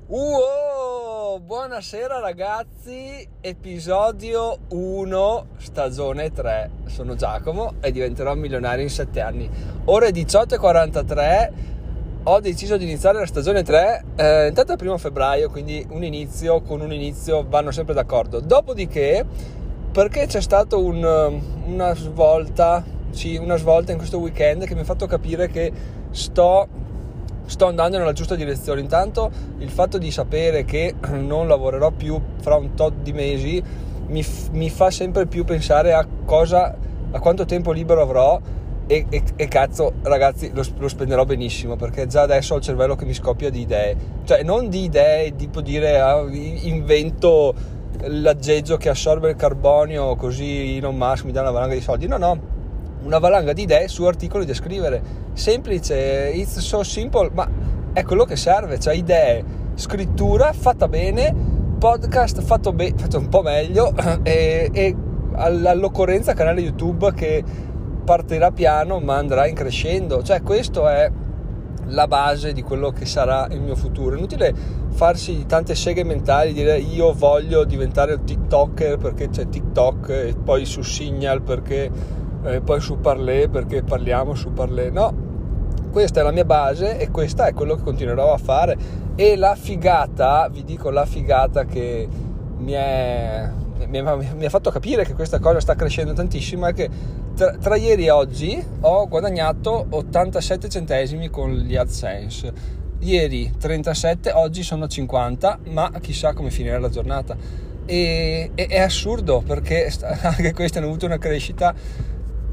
Buonasera ragazzi, episodio 1, stagione 3. Sono Giacomo e diventerò milionario in 7 anni. Ore 18:43, ho deciso di iniziare la stagione 3. Intanto è il 1 febbraio, quindi un inizio vanno sempre d'accordo. Dopodiché, perché c'è stata una svolta in questo weekend che mi ha fatto capire che sto andando nella giusta direzione. Intanto il fatto di sapere che non lavorerò più fra un tot di mesi mi fa sempre più pensare a quanto tempo libero avrò e cazzo ragazzi lo spenderò benissimo, perché già adesso ho il cervello che mi scoppia di idee, cioè non di idee tipo dire invento l'aggeggio che assorbe il carbonio così Elon Musk mi dà una valanga di soldi, no, una valanga di idee su articoli da scrivere, semplice, it's so simple, ma è quello che serve, cioè idee, scrittura fatta bene, podcast fatto un po' meglio e all'occorrenza canale YouTube che partirà piano ma andrà in crescendo, cioè questo è la base di quello che sarà il mio futuro. Inutile farsi tante seghe mentali, dire io voglio diventare un TikToker perché c'è TikTok e poi su Signal perché poi su Parler perché parliamo su Parler. No, questa è la mia base e questa è quello che continuerò a fare. E la figata, vi dico la figata che mi ha fatto capire che questa cosa sta crescendo tantissimo, è che tra ieri e oggi ho guadagnato 87 centesimi con gli AdSense. Ieri 37, oggi sono 50, ma chissà come finirà la giornata. E è assurdo, perché anche questi hanno avuto una crescita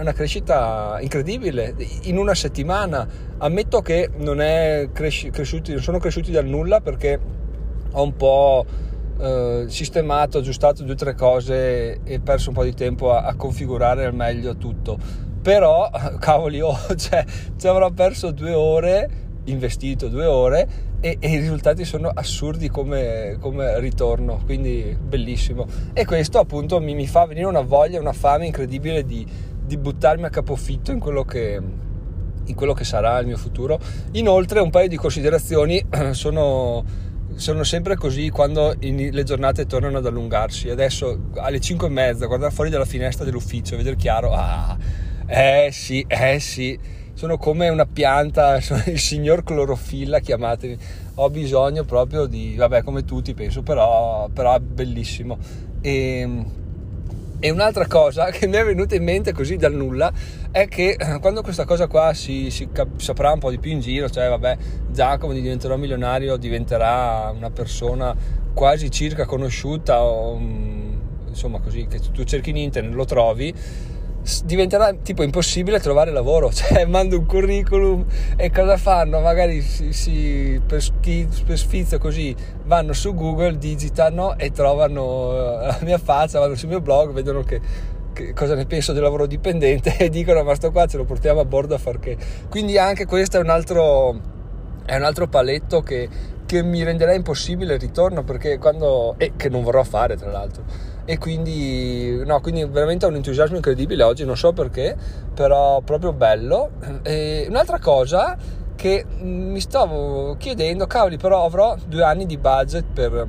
incredibile in una settimana. Ammetto che non sono cresciuti dal nulla, perché ho un po' sistemato, aggiustato 2 o 3 cose e perso un po' di tempo a configurare al meglio tutto, però cavoli, ci avrò perso 2 ore, investito 2 ore e i risultati sono assurdi come ritorno, quindi bellissimo. E questo appunto mi fa venire una voglia, una fame incredibile di buttarmi a capofitto in quello che sarà il mio futuro. Inoltre un paio di considerazioni: sono sempre così quando le giornate tornano ad allungarsi. Adesso alle 5:30 guardare fuori dalla finestra dell'ufficio, vedere chiaro, sì, sono come una pianta, sono il signor clorofilla, chiamatemi, ho bisogno proprio di, come tutti penso, però è bellissimo. E un'altra cosa che mi è venuta in mente così dal nulla è che quando questa cosa qua si saprà un po' di più in giro, cioè Giacomo diventerò milionario, diventerà una persona quasi circa conosciuta, o insomma così, che tu cerchi in internet lo trovi, diventerà tipo impossibile trovare lavoro, cioè mando un curriculum e cosa fanno? Magari per sfizio così vanno su Google, digitano e trovano la mia faccia, vanno sul mio blog, vedono che cosa ne penso del lavoro dipendente e dicono ma sto qua ce lo portiamo a bordo a far che. Quindi anche questo è un altro paletto che mi renderà impossibile il ritorno, perché che non vorrò fare tra l'altro. E quindi veramente ho un entusiasmo incredibile oggi, non so perché, però proprio bello. E un'altra cosa che mi stavo chiedendo, cavoli, però avrò 2 anni di budget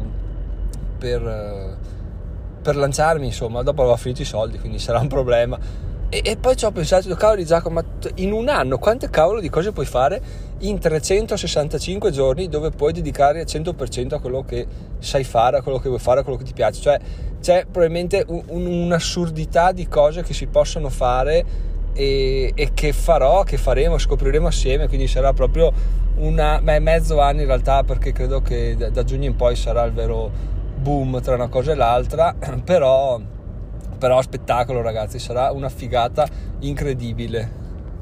per lanciarmi, insomma, dopo avrò finito i soldi, quindi sarà un problema. E poi ci ho pensato, cavoli Giacomo, ma in un anno quante cavolo di cose puoi fare in 365 giorni, dove puoi dedicare al 100% a quello che sai fare, a quello che vuoi fare, a quello che ti piace. Cioè c'è probabilmente un'assurdità di cose che si possono fare e che faremo, scopriremo assieme, quindi sarà proprio mezzo anno in realtà, perché credo che da giugno in poi sarà il vero boom tra una cosa e l'altra, però spettacolo ragazzi, sarà una figata incredibile.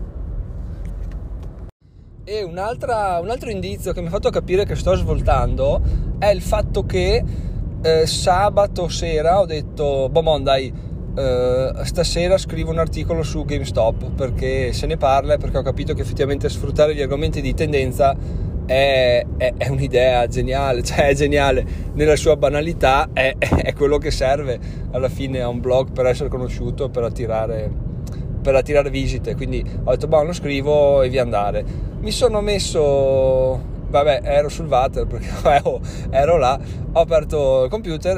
E un altro indizio che mi ha fatto capire che sto svoltando è il fatto che sabato sera ho detto stasera scrivo un articolo su GameStop, perché se ne parla, perché ho capito che effettivamente sfruttare gli argomenti di tendenza è un'idea geniale, cioè è geniale nella sua banalità, è quello che serve alla fine a un blog per essere conosciuto, per attirare visite. Quindi ho detto lo scrivo e via andare. Mi sono messo vabbè, ero sul water perché ero là, ho aperto il computer,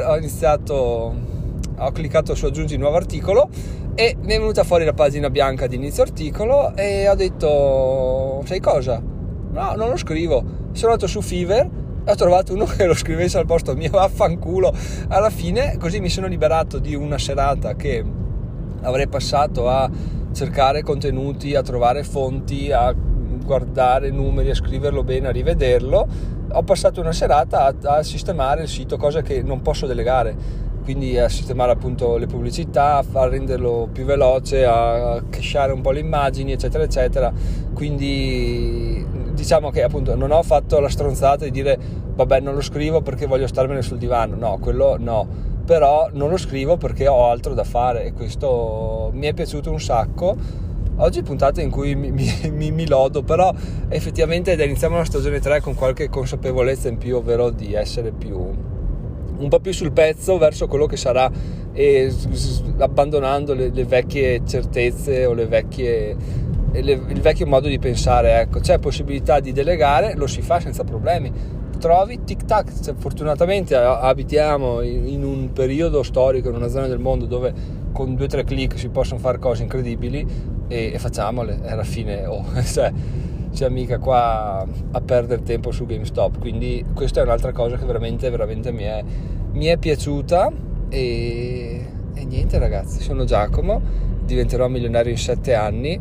ho cliccato su aggiungi nuovo articolo e mi è venuta fuori la pagina bianca di inizio articolo e ho detto, sai cosa? No, non lo scrivo. Sono andato su Fiverr e ho trovato uno che lo scrivesse al posto mio, vaffanculo. Alla fine così mi sono liberato di una serata che avrei passato a cercare contenuti, a trovare fonti, a guardare numeri, a scriverlo bene, a rivederlo. Ho passato una serata a sistemare il sito, cosa che non posso delegare, quindi a sistemare appunto le pubblicità, a renderlo più veloce, a cachare un po' le immagini, eccetera eccetera. Quindi diciamo che appunto non ho fatto la stronzata di dire vabbè, non lo scrivo perché voglio starmene sul divano, no, quello no, però non lo scrivo perché ho altro da fare e questo mi è piaciuto un sacco. Oggi puntata in cui mi lodo, però effettivamente iniziamo la stagione 3 con qualche consapevolezza in più, ovvero di essere un po' più sul pezzo verso quello che sarà, e abbandonando le vecchie certezze o il vecchio modo di pensare. Ecco, c'è possibilità di delegare, lo si fa senza problemi, trovi tic tac. Cioè, fortunatamente abitiamo in un periodo storico, in una zona del mondo dove con 2 o 3 click si possono fare cose incredibili e facciamole, e alla fine c'è mica qua a perdere tempo su GameStop. Quindi questa è un'altra cosa che veramente mi è piaciuta e niente ragazzi, sono Giacomo, diventerò milionario in 7 anni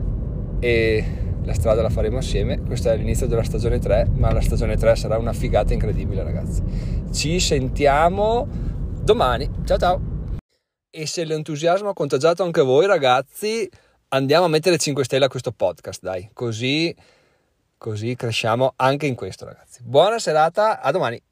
e la strada la faremo assieme. Questo è l'inizio della stagione 3, ma la stagione 3 sarà una figata incredibile ragazzi. Ci sentiamo domani, ciao ciao. E se l'entusiasmo ha contagiato anche voi ragazzi, andiamo a mettere 5 stelle a questo podcast, dai, così cresciamo anche in questo ragazzi. Buona serata, a domani.